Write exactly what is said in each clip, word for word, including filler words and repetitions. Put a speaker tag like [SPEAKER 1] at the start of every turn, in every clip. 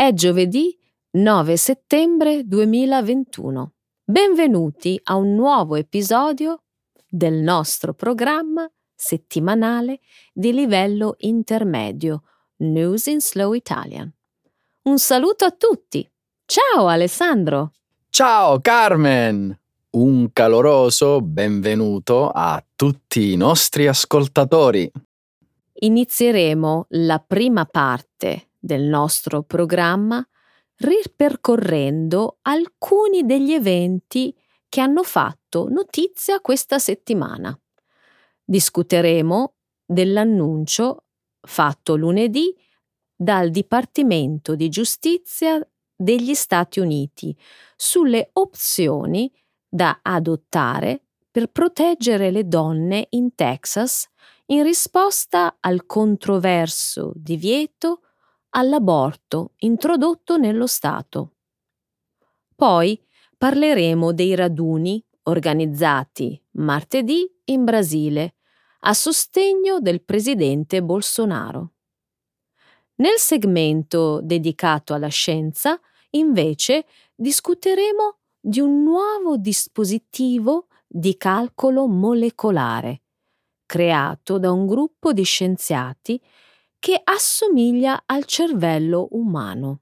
[SPEAKER 1] È giovedì nove settembre duemilaventuno. Benvenuti a un nuovo episodio del nostro programma settimanale di livello intermedio News in Slow Italian. Un saluto a tutti! Ciao Alessandro!
[SPEAKER 2] Ciao Carmen! Un caloroso benvenuto a tutti i nostri ascoltatori.
[SPEAKER 1] Inizieremo la prima parte del nostro programma ripercorrendo alcuni degli eventi che hanno fatto notizia questa settimana. Discuteremo dell'annuncio fatto lunedì dal Dipartimento di Giustizia degli Stati Uniti sulle opzioni da adottare per proteggere le donne in Texas in risposta al controverso divieto all'aborto introdotto nello Stato. Poi parleremo dei raduni organizzati martedì in Brasile a sostegno del presidente Bolsonaro. Nel segmento dedicato alla scienza, invece, discuteremo di un nuovo dispositivo di calcolo molecolare creato da un gruppo di scienziati che assomiglia al cervello umano.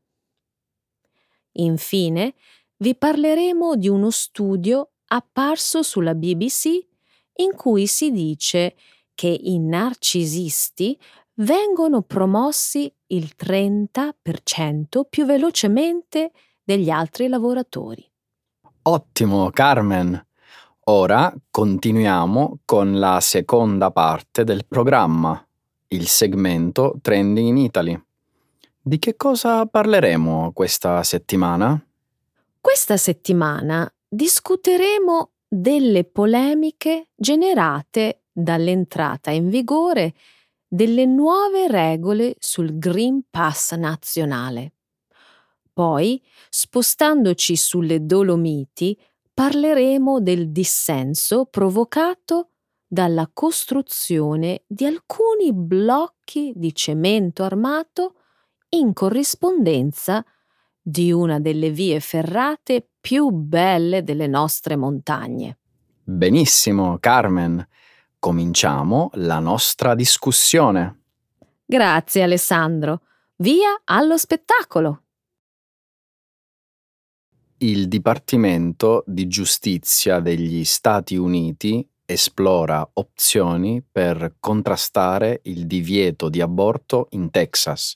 [SPEAKER 1] Infine, vi parleremo di uno studio apparso sulla B B C in cui si dice che i narcisisti vengono promossi il trenta per cento più velocemente degli altri lavoratori.
[SPEAKER 2] Ottimo, Carmen! Ora continuiamo con la seconda parte del programma, il segmento Trending in Italy. Di che cosa parleremo questa settimana?
[SPEAKER 1] Questa settimana discuteremo delle polemiche generate dall'entrata in vigore delle nuove regole sul Green Pass nazionale. Poi, spostandoci sulle Dolomiti, parleremo del dissenso provocato dalla costruzione di alcuni blocchi di cemento armato in corrispondenza di una delle vie ferrate più belle delle nostre montagne.
[SPEAKER 2] Benissimo, Carmen. Cominciamo la nostra discussione.
[SPEAKER 1] Grazie Alessandro. Via allo spettacolo!
[SPEAKER 2] Il Dipartimento di Giustizia degli Stati Uniti esplora opzioni per contrastare il divieto di aborto in Texas.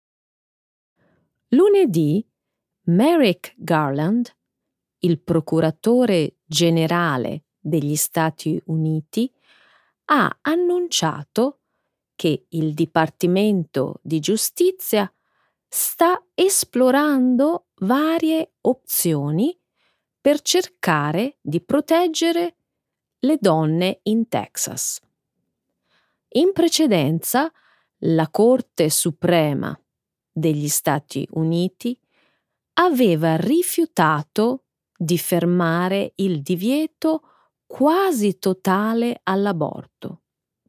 [SPEAKER 1] Lunedì, Merrick Garland, il procuratore generale degli Stati Uniti, ha annunciato che il Dipartimento di Giustizia sta esplorando varie opzioni per cercare di proteggere le donne in Texas. In precedenza, la Corte Suprema degli Stati Uniti aveva rifiutato di fermare il divieto quasi totale all'aborto.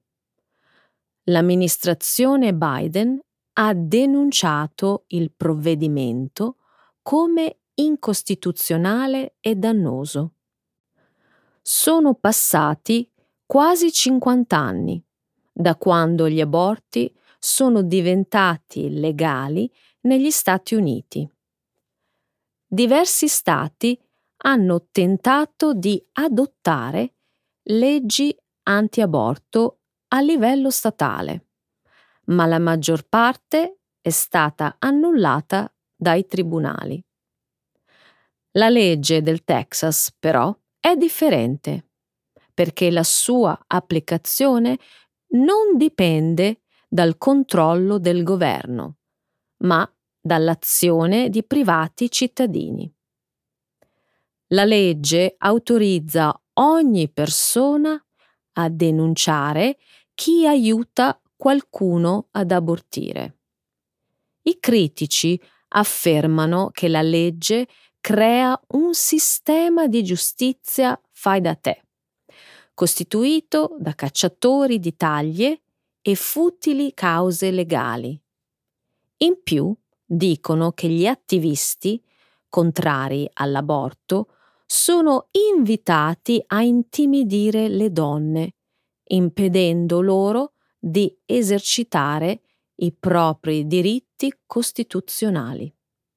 [SPEAKER 1] L'amministrazione Biden ha denunciato il provvedimento come incostituzionale e dannoso. Sono passati quasi cinquanta anni da quando gli aborti sono diventati legali negli Stati Uniti. Diversi stati hanno tentato di adottare leggi anti-aborto a livello statale, ma la maggior parte è stata annullata dai tribunali. La legge del Texas, però, è differente, perché la sua applicazione non dipende dal controllo del governo, ma dall'azione di privati cittadini. La legge autorizza ogni persona a denunciare chi aiuta qualcuno ad abortire. I critici affermano che la legge crea un sistema di giustizia fai da te, costituito da cacciatori di taglie e futili cause legali. In più, dicono che gli attivisti contrari all'aborto sono invitati a intimidire le donne, impedendo loro di esercitare i propri diritti costituzionali.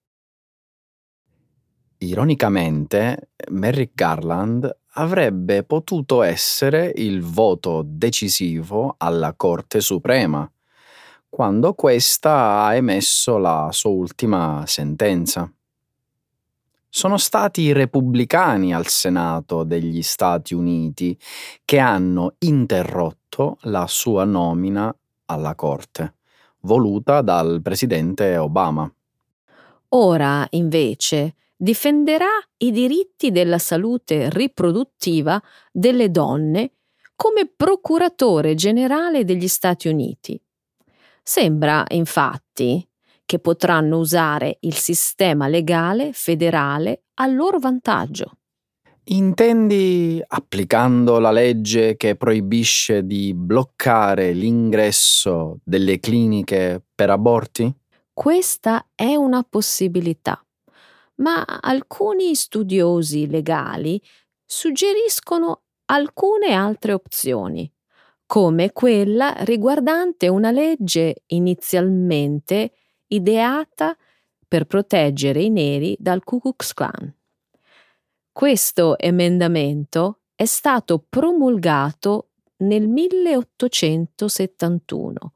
[SPEAKER 2] Ironicamente, Merrick Garland avrebbe potuto essere il voto decisivo alla Corte Suprema, quando questa ha emesso la sua ultima sentenza. Sono stati i repubblicani al Senato degli Stati Uniti che hanno interrotto la sua nomina alla Corte, voluta dal presidente Obama.
[SPEAKER 1] Ora, invece, difenderà i diritti della salute riproduttiva delle donne come procuratore generale degli Stati Uniti. Sembra, infatti, che potranno usare il sistema legale federale a loro vantaggio.
[SPEAKER 2] Intendi applicando la legge che proibisce di bloccare l'ingresso delle cliniche per aborti?
[SPEAKER 1] Questa è una possibilità, ma alcuni studiosi legali suggeriscono alcune altre opzioni, come quella riguardante una legge inizialmente ideata per proteggere i neri dal Ku Klux Klan. Questo emendamento è stato promulgato nel milleottocentosettantuno.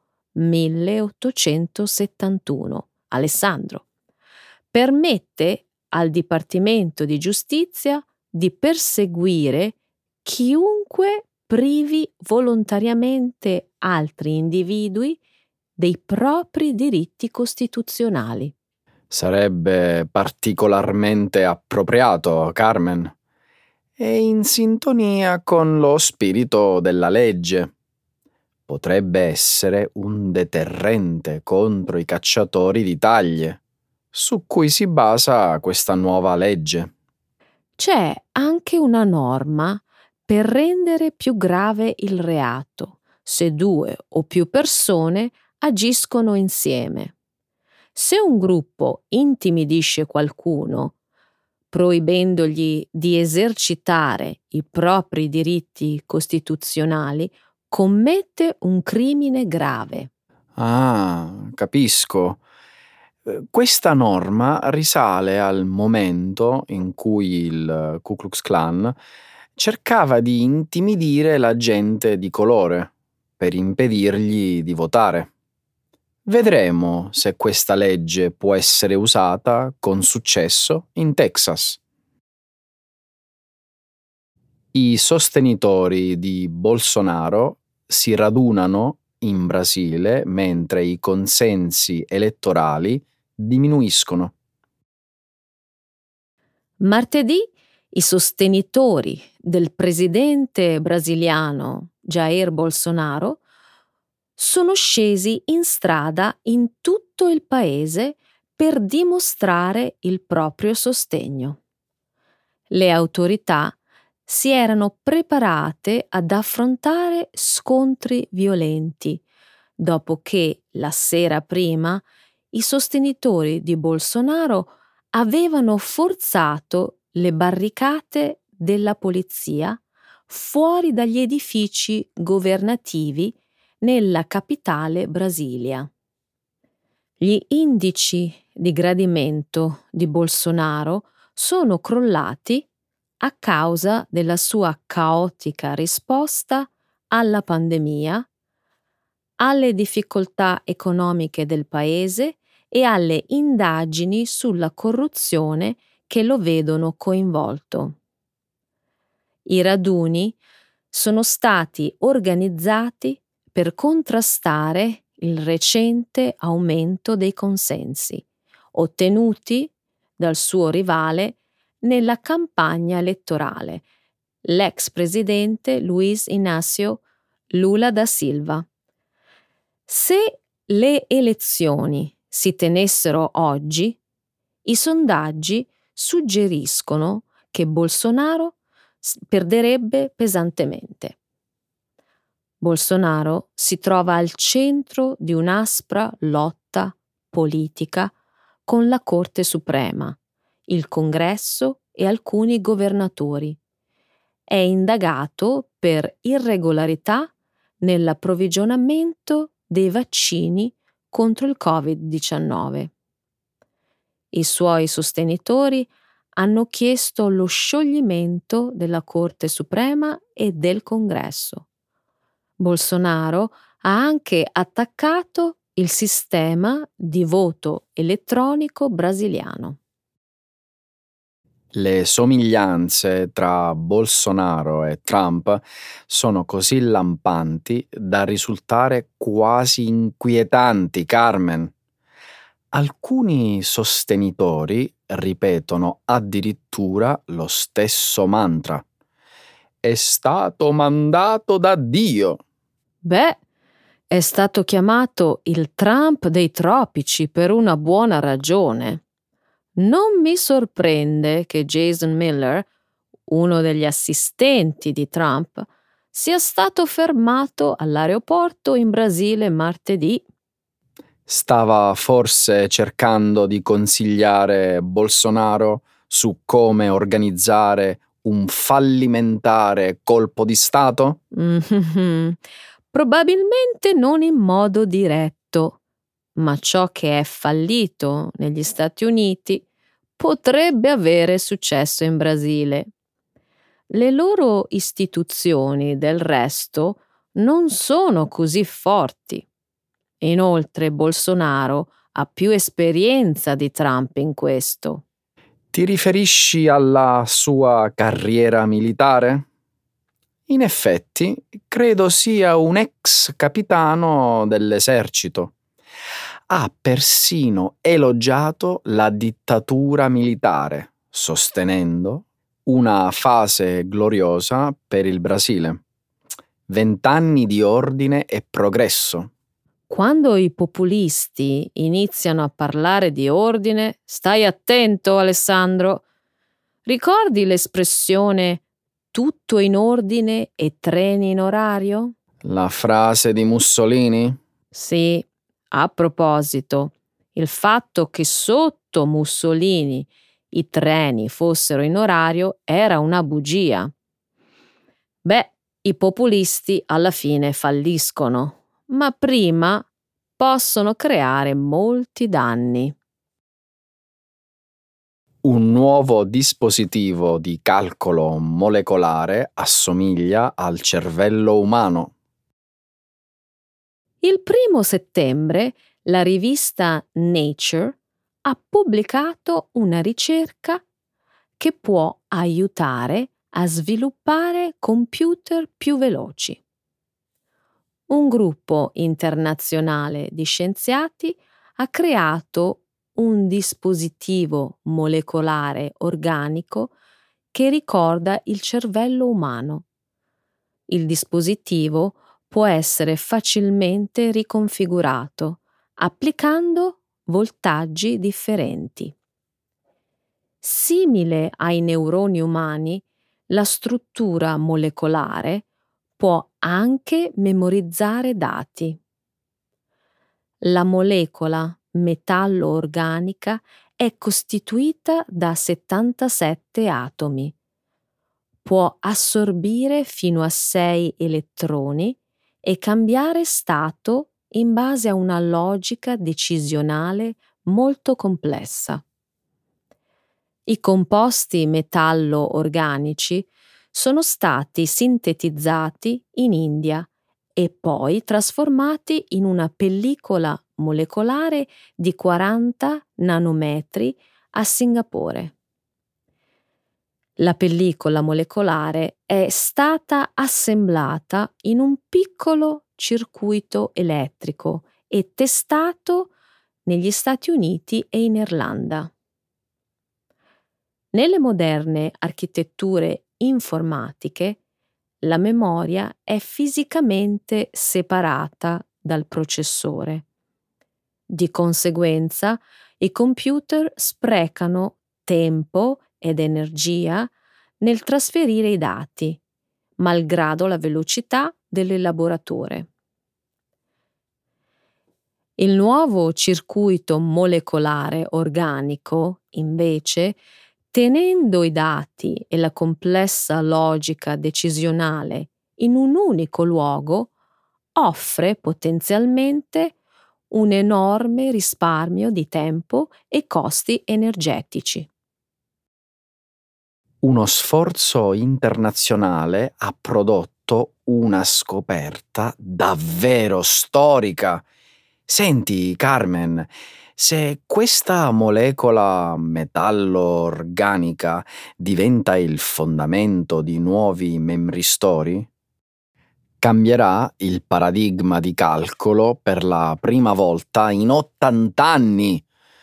[SPEAKER 1] milleottocentosettantuno. Alessandro. Permette al Dipartimento di Giustizia di perseguire chiunque privi volontariamente altri individui dei propri diritti costituzionali.
[SPEAKER 2] Sarebbe particolarmente appropriato, Carmen, e in sintonia con lo spirito della legge. Potrebbe essere un deterrente contro i cacciatori di taglie, su cui si basa questa nuova legge.
[SPEAKER 1] C'è anche una norma per rendere più grave il reato, se due o più persone agiscono insieme. Se un gruppo intimidisce qualcuno, proibendogli di esercitare i propri diritti costituzionali, commette un crimine grave.
[SPEAKER 2] Ah, capisco. Eh, Questa norma risale al momento in cui il Ku Klux Klan cercava di intimidire la gente di colore per impedirgli di votare. Vedremo se questa legge può essere usata con successo in Texas. I sostenitori di Bolsonaro si radunano in Brasile mentre i consensi elettorali diminuiscono.
[SPEAKER 1] Martedì i sostenitori del presidente brasiliano Jair Bolsonaro sono scesi in strada in tutto il paese per dimostrare il proprio sostegno. Le autorità si erano preparate ad affrontare scontri violenti dopo che la sera prima i sostenitori di Bolsonaro avevano forzato le barricate della polizia fuori dagli edifici governativi nella capitale Brasilia. Gli indici di gradimento di Bolsonaro sono crollati a causa della sua caotica risposta alla pandemia, alle difficoltà economiche del paese e alle indagini sulla corruzione che lo vedono coinvolto. I raduni sono stati organizzati per contrastare il recente aumento dei consensi ottenuti dal suo rivale nella campagna elettorale, l'ex presidente Luiz Inácio Lula da Silva. Se le elezioni si tenessero oggi, i sondaggi suggeriscono che Bolsonaro perderebbe pesantemente. Bolsonaro si trova al centro di un'aspra lotta politica con la Corte Suprema, il Congresso e alcuni governatori. È indagato per irregolarità nell'approvvigionamento dei vaccini contro il covid diciannove. I suoi sostenitori hanno chiesto lo scioglimento della Corte Suprema e del Congresso. Bolsonaro ha anche attaccato il sistema di voto elettronico brasiliano.
[SPEAKER 2] Le somiglianze tra Bolsonaro e Trump sono così lampanti da risultare quasi inquietanti, Carmen. Alcuni sostenitori ripetono addirittura lo stesso mantra. È stato mandato da Dio.
[SPEAKER 1] Beh, è stato chiamato il Trump dei tropici per una buona ragione. Non mi sorprende che Jason Miller, uno degli assistenti di Trump, sia stato fermato all'aeroporto in Brasile martedì.
[SPEAKER 2] Stava forse cercando di consigliare Bolsonaro su come organizzare un fallimentare colpo di Stato?
[SPEAKER 1] Mm-hmm. Probabilmente non in modo diretto, ma ciò che è fallito negli Stati Uniti potrebbe avere successo in Brasile. Le loro istituzioni, del resto, non sono così forti. Inoltre Bolsonaro ha più esperienza di Trump in questo.
[SPEAKER 2] Ti riferisci alla sua carriera militare? In effetti, credo sia un ex capitano dell'esercito. Ha persino elogiato la dittatura militare, sostenendo una fase gloriosa per il Brasile. Vent'anni di ordine e progresso.
[SPEAKER 1] Quando i populisti iniziano a parlare di ordine, stai attento, Alessandro. Ricordi l'espressione tutto in ordine e treni in orario?
[SPEAKER 2] La frase di Mussolini?
[SPEAKER 1] Sì, a proposito, il fatto che sotto Mussolini i treni fossero in orario era una bugia. Beh, i populisti alla fine falliscono, ma prima possono creare molti danni.
[SPEAKER 2] Un nuovo dispositivo di calcolo molecolare assomiglia al cervello umano.
[SPEAKER 1] Il primo settembre la rivista Nature ha pubblicato una ricerca che può aiutare a sviluppare computer più veloci. Un gruppo internazionale di scienziati ha creato un dispositivo molecolare organico che ricorda il cervello umano. Il dispositivo può essere facilmente riconfigurato applicando voltaggi differenti. Simile ai neuroni umani, la struttura molecolare può anche memorizzare dati. La molecola metallo-organica è costituita da settantasette atomi. Può assorbire fino a sei elettroni e cambiare stato in base a una logica decisionale molto complessa. I composti metallo-organici sono stati sintetizzati in India e poi trasformati in una pellicola molecolare di quaranta nanometri a Singapore. La pellicola molecolare è stata assemblata in un piccolo circuito elettrico e testato negli Stati Uniti e in Irlanda. Nelle moderne architetture informatiche, la memoria è fisicamente separata dal processore. Di conseguenza, i computer sprecano tempo ed energia nel trasferire i dati, malgrado la velocità dell'elaboratore. Il nuovo circuito molecolare organico, invece, tenendo i dati e la complessa logica decisionale in un unico luogo, offre potenzialmente un enorme risparmio di tempo e costi energetici.
[SPEAKER 2] Uno sforzo internazionale ha prodotto una scoperta davvero storica. Senti, Carmen, se questa molecola metallo-organica diventa il fondamento di nuovi memristori, cambierà il paradigma di calcolo per la prima volta in ottanta anni.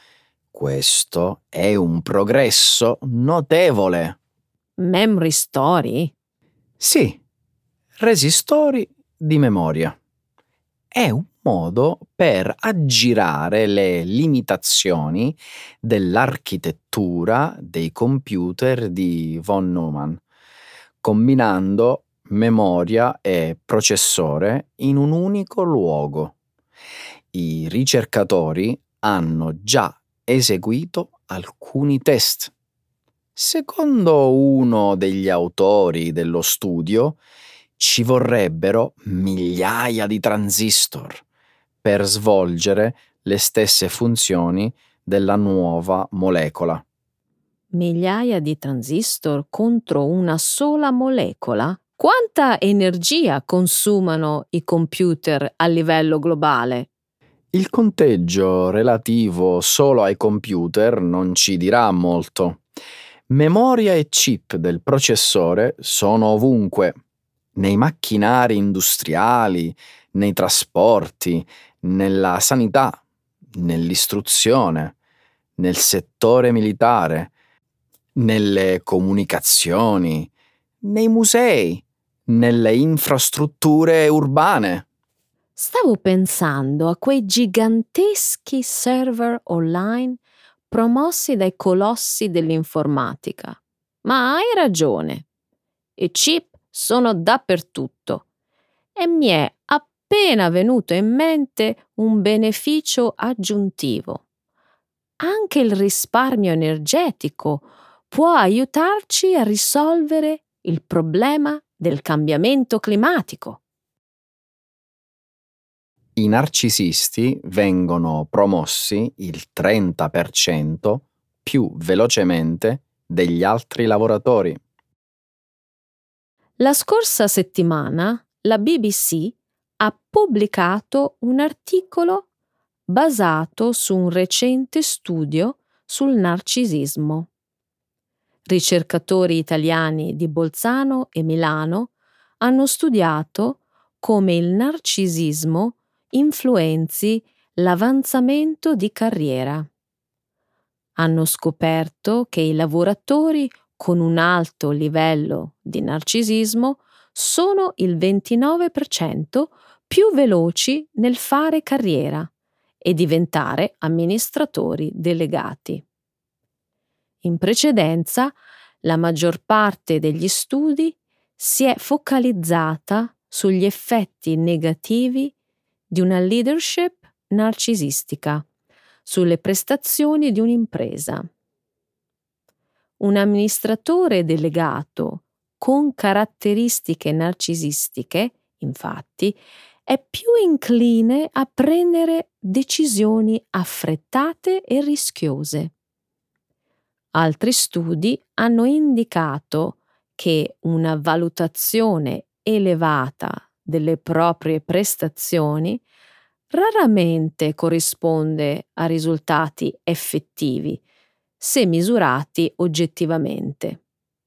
[SPEAKER 2] Questo è un progresso notevole.
[SPEAKER 1] Memory story?
[SPEAKER 2] Sì, resistori di memoria. È un modo per aggirare le limitazioni dell'architettura dei computer di von Neumann, combinando memoria e processore in un unico luogo. I ricercatori hanno già eseguito alcuni test. Secondo uno degli autori dello studio, ci vorrebbero migliaia di transistor per svolgere le stesse funzioni della nuova molecola.
[SPEAKER 1] Migliaia di transistor contro una sola molecola? Quanta energia consumano i computer a livello globale?
[SPEAKER 2] Il conteggio relativo solo ai computer non ci dirà molto. Memoria e chip del processore sono ovunque, nei macchinari industriali, nei trasporti, nella sanità, nell'istruzione, nel settore militare, nelle comunicazioni, nei musei, nelle infrastrutture urbane.
[SPEAKER 1] Stavo pensando a quei giganteschi server online promossi dai colossi dell'informatica. Ma hai ragione. I chip sono dappertutto. E mi è appena venuto in mente un beneficio aggiuntivo. Anche il risparmio energetico può aiutarci a risolvere il problema del cambiamento climatico.
[SPEAKER 2] I narcisisti vengono promossi il trenta per cento più velocemente degli altri lavoratori.
[SPEAKER 1] La scorsa settimana la B B C ha pubblicato un articolo basato su un recente studio sul narcisismo. Ricercatori italiani di Bolzano e Milano hanno studiato come il narcisismo influenzi l'avanzamento di carriera. Hanno scoperto che i lavoratori con un alto livello di narcisismo sono il ventinove per cento più veloci nel fare carriera e diventare amministratori delegati. In precedenza, la maggior parte degli studi si è focalizzata sugli effetti negativi di una leadership narcisistica sulle prestazioni di un'impresa. Un amministratore delegato con caratteristiche narcisistiche, infatti, è più incline a prendere decisioni affrettate e rischiose. Altri studi hanno indicato che una valutazione elevata delle proprie prestazioni raramente corrisponde a risultati effettivi, se misurati oggettivamente.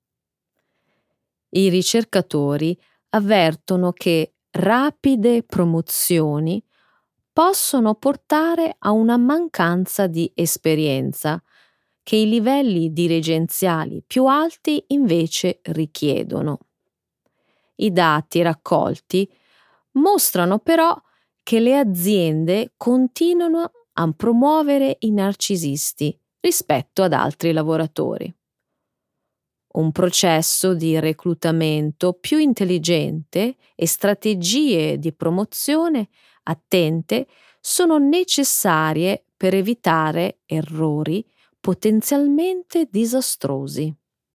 [SPEAKER 1] I ricercatori avvertono che rapide promozioni possono portare a una mancanza di esperienza che i livelli dirigenziali più alti invece richiedono. I dati raccolti mostrano però che le aziende continuano a promuovere i narcisisti rispetto ad altri lavoratori. Un processo di reclutamento più intelligente e strategie di promozione attente sono necessarie per evitare errori potenzialmente disastrosi.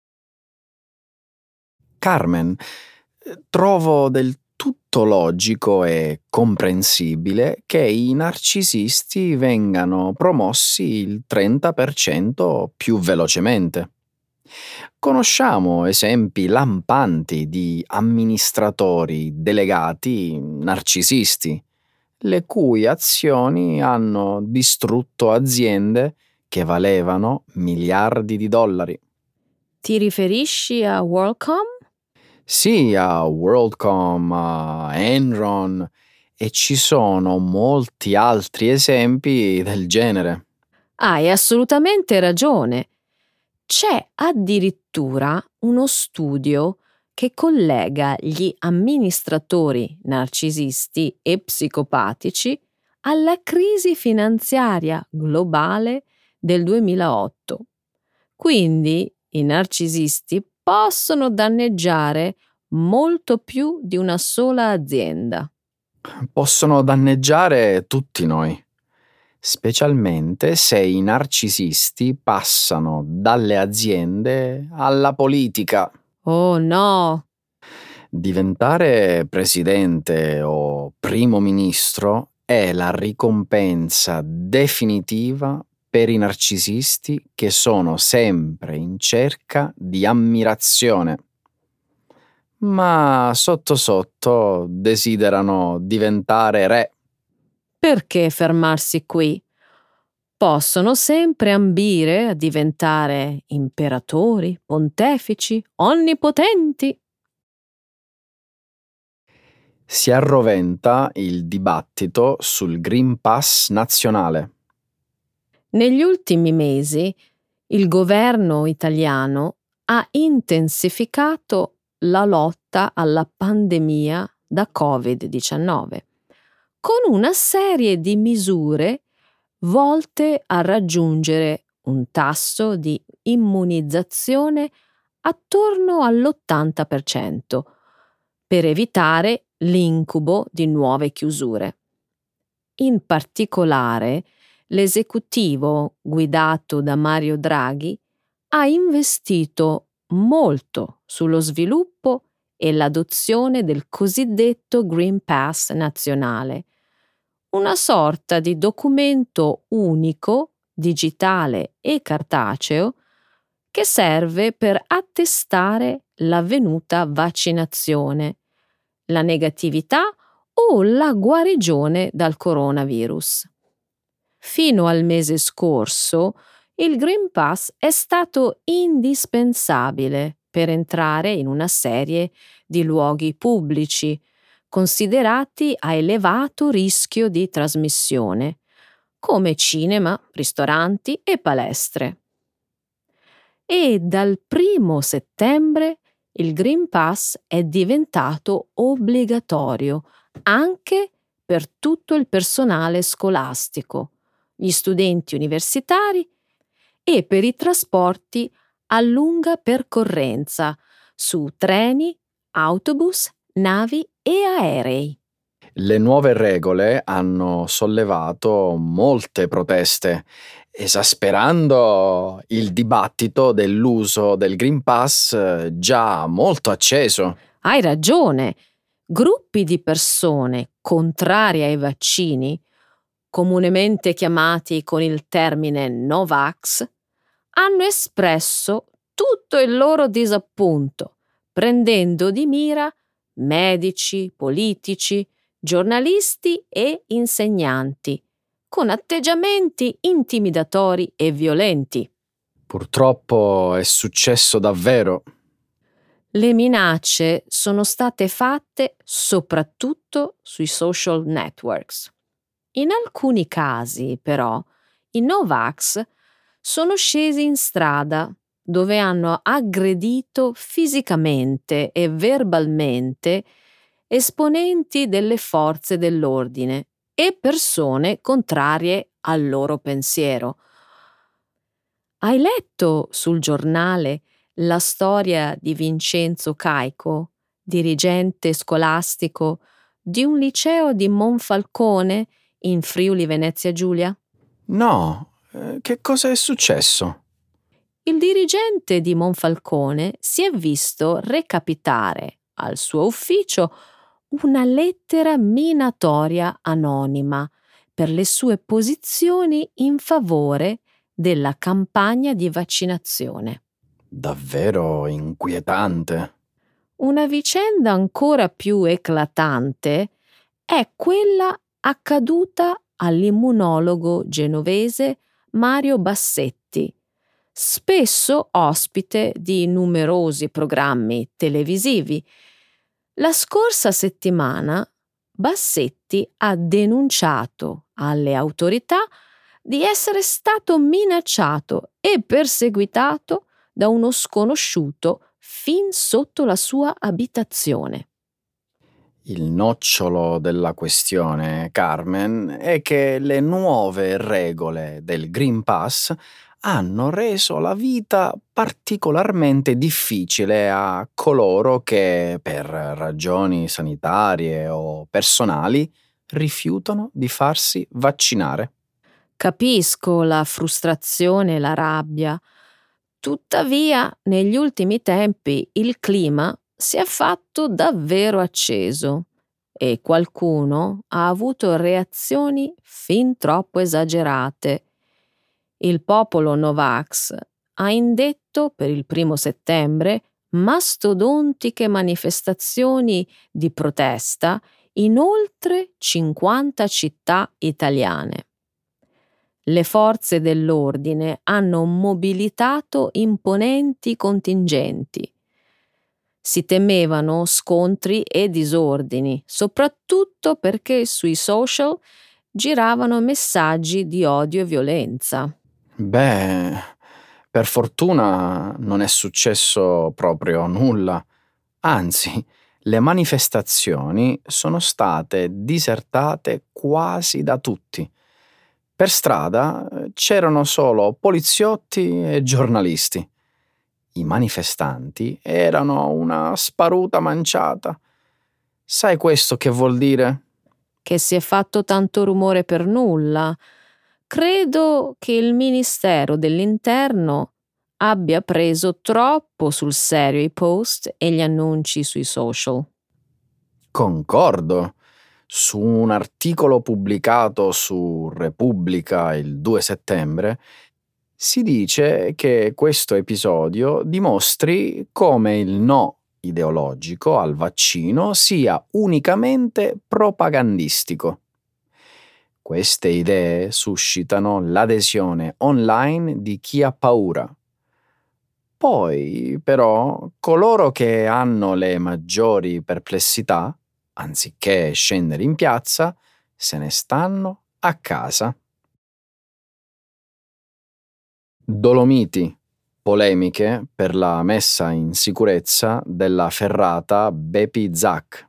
[SPEAKER 2] Carmen, eh, trovo del tutto logico e comprensibile che i narcisisti vengano promossi il trenta per cento più velocemente. Conosciamo esempi lampanti di amministratori delegati narcisisti, le cui azioni hanno distrutto aziende che valevano miliardi di dollari.
[SPEAKER 1] Ti riferisci a WorldCom?
[SPEAKER 2] Sì, a WorldCom, a Enron e ci sono molti altri esempi del genere.
[SPEAKER 1] Hai assolutamente ragione. C'è addirittura uno studio che collega gli amministratori narcisisti e psicopatici alla crisi finanziaria globale del duemilaotto. Quindi i narcisisti possono danneggiare molto più di una sola azienda.
[SPEAKER 2] Possono danneggiare tutti noi, specialmente se i narcisisti passano dalle aziende alla politica.
[SPEAKER 1] Oh no!
[SPEAKER 2] Diventare presidente o primo ministro è la ricompensa definitiva per i narcisisti che sono sempre in cerca di ammirazione, ma sotto sotto desiderano diventare re.
[SPEAKER 1] Perché fermarsi qui? Possono sempre ambire a diventare imperatori, pontefici, onnipotenti.
[SPEAKER 2] Si arroventa il dibattito sul Green Pass nazionale.
[SPEAKER 1] Negli ultimi mesi il governo italiano ha intensificato la lotta alla pandemia da covid diciannove con una serie di misure volte a raggiungere un tasso di immunizzazione attorno all'ottanta per cento per evitare l'incubo di nuove chiusure. In particolare, l'esecutivo guidato da Mario Draghi ha investito molto sullo sviluppo e l'adozione del cosiddetto Green Pass nazionale, una sorta di documento unico, digitale e cartaceo, che serve per attestare l'avvenuta vaccinazione, la negatività o la guarigione dal coronavirus. Fino al mese scorso, il Green Pass è stato indispensabile per entrare in una serie di luoghi pubblici, considerati a elevato rischio di trasmissione, come cinema, ristoranti e palestre. E dal primo settembre il Green Pass è diventato obbligatorio anche per tutto il personale scolastico, gli studenti universitari e per i trasporti a lunga percorrenza su treni, autobus, navi e aerei.
[SPEAKER 2] Le nuove regole hanno sollevato molte proteste, esasperando il dibattito dell'uso del Green Pass eh, già molto acceso.
[SPEAKER 1] Hai ragione. Gruppi di persone contrarie ai vaccini, comunemente chiamati con il termine Novax, hanno espresso tutto il loro disappunto, prendendo di mira medici, politici, giornalisti e insegnanti, con atteggiamenti intimidatori e violenti.
[SPEAKER 2] Purtroppo è successo davvero.
[SPEAKER 1] Le minacce sono state fatte soprattutto sui social networks. In alcuni casi, però, i Novax sono scesi in strada, dove hanno aggredito fisicamente e verbalmente esponenti delle forze dell'ordine e persone contrarie al loro pensiero. Hai letto sul giornale la storia di Vincenzo Caico, dirigente scolastico di un liceo di Monfalcone in Friuli Venezia Giulia?
[SPEAKER 2] No, eh, che cosa è successo?
[SPEAKER 1] Il dirigente di Monfalcone si è visto recapitare al suo ufficio una lettera minatoria anonima per le sue posizioni in favore della campagna di vaccinazione.
[SPEAKER 2] Davvero inquietante.
[SPEAKER 1] Una vicenda ancora più eclatante è quella accaduta all'immunologo genovese Mario Bassetti, spesso ospite di numerosi programmi televisivi. La scorsa settimana Bassetti ha denunciato alle autorità di essere stato minacciato e perseguitato da uno sconosciuto fin sotto la sua abitazione.
[SPEAKER 2] Il nocciolo della questione, Carmen, è che le nuove regole del Green Pass hanno reso la vita particolarmente difficile a coloro che, per ragioni sanitarie o personali, rifiutano di farsi vaccinare.
[SPEAKER 1] Capisco la frustrazione e la rabbia. Tuttavia, negli ultimi tempi il clima si è fatto davvero acceso e qualcuno ha avuto reazioni fin troppo esagerate. Il popolo Novax ha indetto per il primo settembre mastodontiche manifestazioni di protesta in oltre cinquanta città italiane. Le forze dell'ordine hanno mobilitato imponenti contingenti. Si temevano scontri e disordini, soprattutto perché sui social giravano messaggi di odio e violenza.
[SPEAKER 2] Beh, per fortuna non è successo proprio nulla. Anzi, le manifestazioni sono state disertate quasi da tutti. Per strada eh, c'erano solo poliziotti e giornalisti. I manifestanti erano una sparuta manciata. Sai questo che vuol dire?
[SPEAKER 1] Che si è fatto tanto rumore per nulla. Credo che il Ministero dell'Interno abbia preso troppo sul serio i post e gli annunci sui social.
[SPEAKER 2] Concordo. Su un articolo pubblicato su Repubblica il due settembre si dice che questo episodio dimostri come il no ideologico al vaccino sia unicamente propagandistico. Queste idee suscitano l'adesione online di chi ha paura. Poi, però, coloro che hanno le maggiori perplessità, anziché scendere in piazza, se ne stanno a casa. Dolomiti. Polemiche per la messa in sicurezza della ferrata Bepi Zac.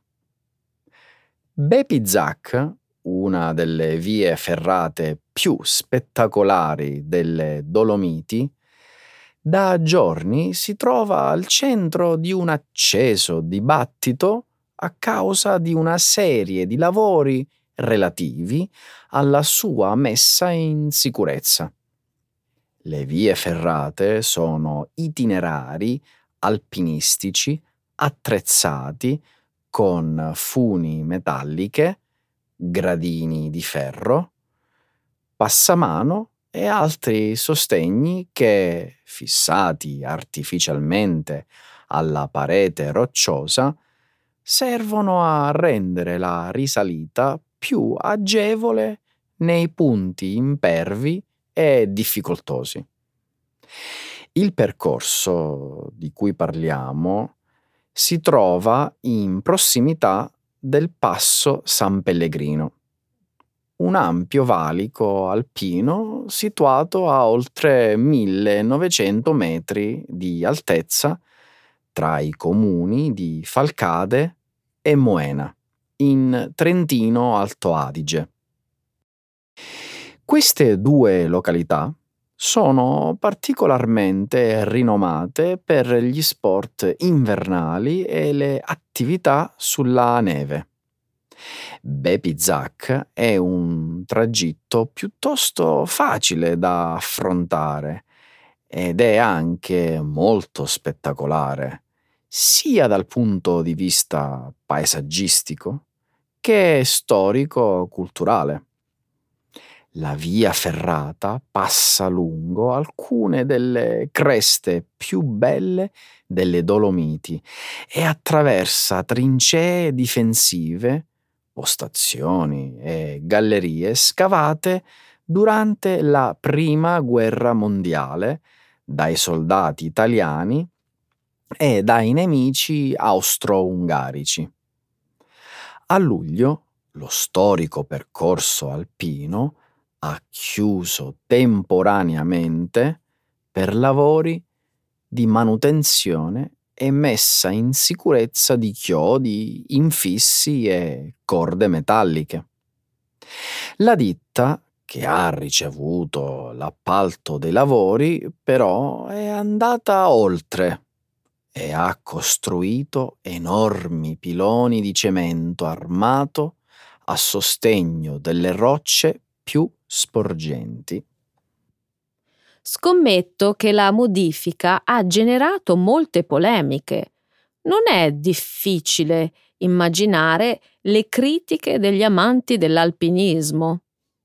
[SPEAKER 2] Bepi Zac, una delle vie ferrate più spettacolari delle Dolomiti, da giorni si trova al centro di un acceso dibattito a causa di una serie di lavori relativi alla sua messa in sicurezza. Le vie ferrate sono itinerari alpinistici attrezzati con funi metalliche, gradini di ferro, passamano e altri sostegni che, fissati artificialmente alla parete rocciosa, servono a rendere la risalita più agevole nei punti impervi e difficoltosi. Il percorso di cui parliamo si trova in prossimità del Passo San Pellegrino, un ampio valico alpino situato a oltre millenovecento metri di altezza tra i comuni di Falcade e Moena, in Trentino Alto Adige. Queste due località sono particolarmente rinomate per gli sport invernali e le attività sulla neve. Bepizac è un tragitto piuttosto facile da affrontare ed è anche molto spettacolare, sia dal punto di vista paesaggistico che storico-culturale. La via ferrata passa lungo alcune delle creste più belle delle Dolomiti e attraversa trincee difensive, postazioni e gallerie scavate durante la Prima Guerra Mondiale dai soldati italiani e dai nemici austro-ungarici. A luglio lo storico percorso alpino ha chiuso temporaneamente per lavori di manutenzione e messa in sicurezza di chiodi, infissi e corde metalliche. La ditta, che ha ricevuto l'appalto dei lavori, però è andata oltre e ha costruito enormi piloni di cemento armato a sostegno delle rocce più sporgenti.
[SPEAKER 1] Scommetto che la modifica ha generato molte polemiche. Non è difficile immaginare le critiche degli amanti dell'alpinismo.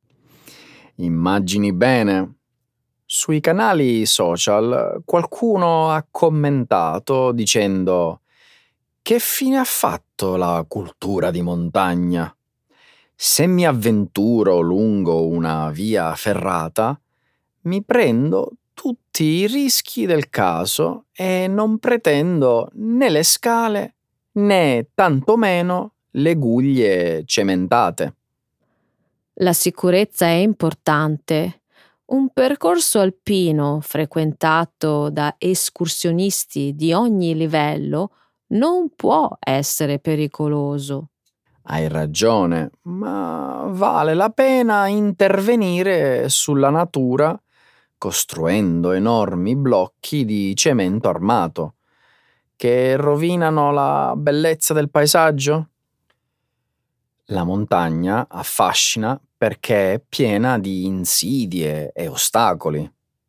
[SPEAKER 2] Immagini bene. Sui canali social qualcuno ha commentato dicendo: «Che fine ha fatto la cultura di montagna? Se mi avventuro lungo una via ferrata, mi prendo tutti i rischi del caso e non pretendo né le scale né tantomeno le guglie cementate».
[SPEAKER 1] La sicurezza è importante. Un percorso alpino frequentato da escursionisti di ogni livello non può essere pericoloso.
[SPEAKER 2] Hai ragione, ma vale la pena intervenire sulla natura costruendo enormi blocchi di cemento armato che rovinano la bellezza del paesaggio? La montagna affascina perché è piena di insidie e ostacoli.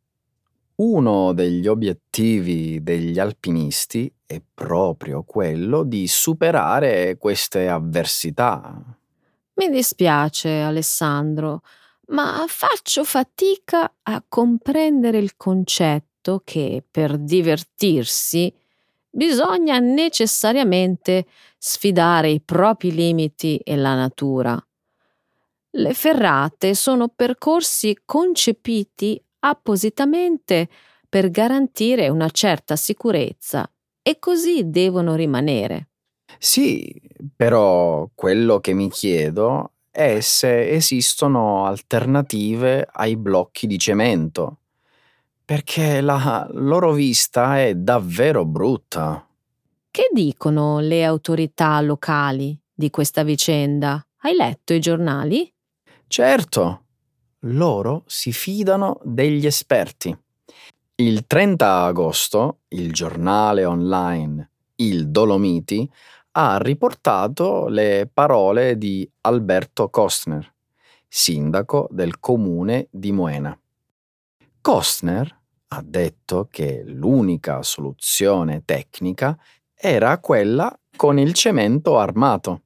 [SPEAKER 2] Uno degli obiettivi degli alpinisti è proprio quello di superare queste avversità.
[SPEAKER 1] Mi dispiace, Alessandro, ma faccio fatica a comprendere il concetto che per divertirsi bisogna necessariamente sfidare i propri limiti e la natura. Le ferrate sono percorsi concepiti appositamente per garantire una certa sicurezza e così devono rimanere.
[SPEAKER 2] Sì, però quello che mi chiedo è se esistono alternative ai blocchi di cemento, perché la loro vista è davvero brutta.
[SPEAKER 1] Che dicono le autorità locali di questa vicenda? Hai letto i giornali?
[SPEAKER 2] Certo, loro si fidano degli esperti. Il trenta agosto il giornale online Il Dolomiti ha riportato le parole di Alberto Kostner, sindaco del comune di Moena. Kostner ha detto che l'unica soluzione tecnica era quella con il cemento armato.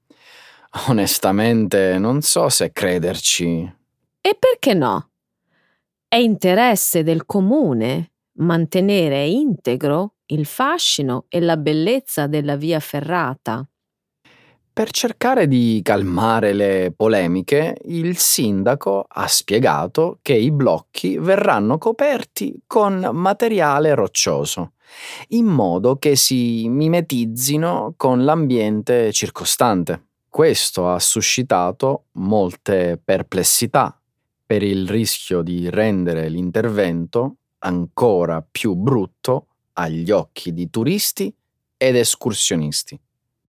[SPEAKER 2] Onestamente non so se crederci.
[SPEAKER 1] E perché no? È interesse del comune mantenere integro il fascino e la bellezza della via ferrata.
[SPEAKER 2] Per cercare di calmare le polemiche, il sindaco ha spiegato che i blocchi verranno coperti con materiale roccioso, in modo che si mimetizzino con l'ambiente circostante. Questo ha suscitato molte perplessità per il rischio di rendere l'intervento ancora più brutto agli occhi di turisti ed escursionisti.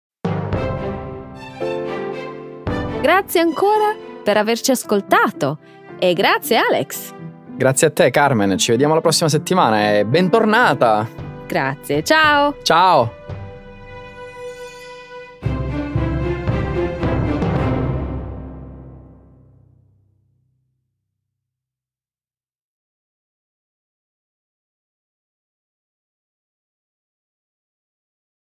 [SPEAKER 1] Grazie ancora per averci ascoltato e grazie Alex.
[SPEAKER 2] Grazie a te Carmen, ci vediamo la prossima settimana e bentornata!
[SPEAKER 1] Grazie, ciao!
[SPEAKER 2] Ciao!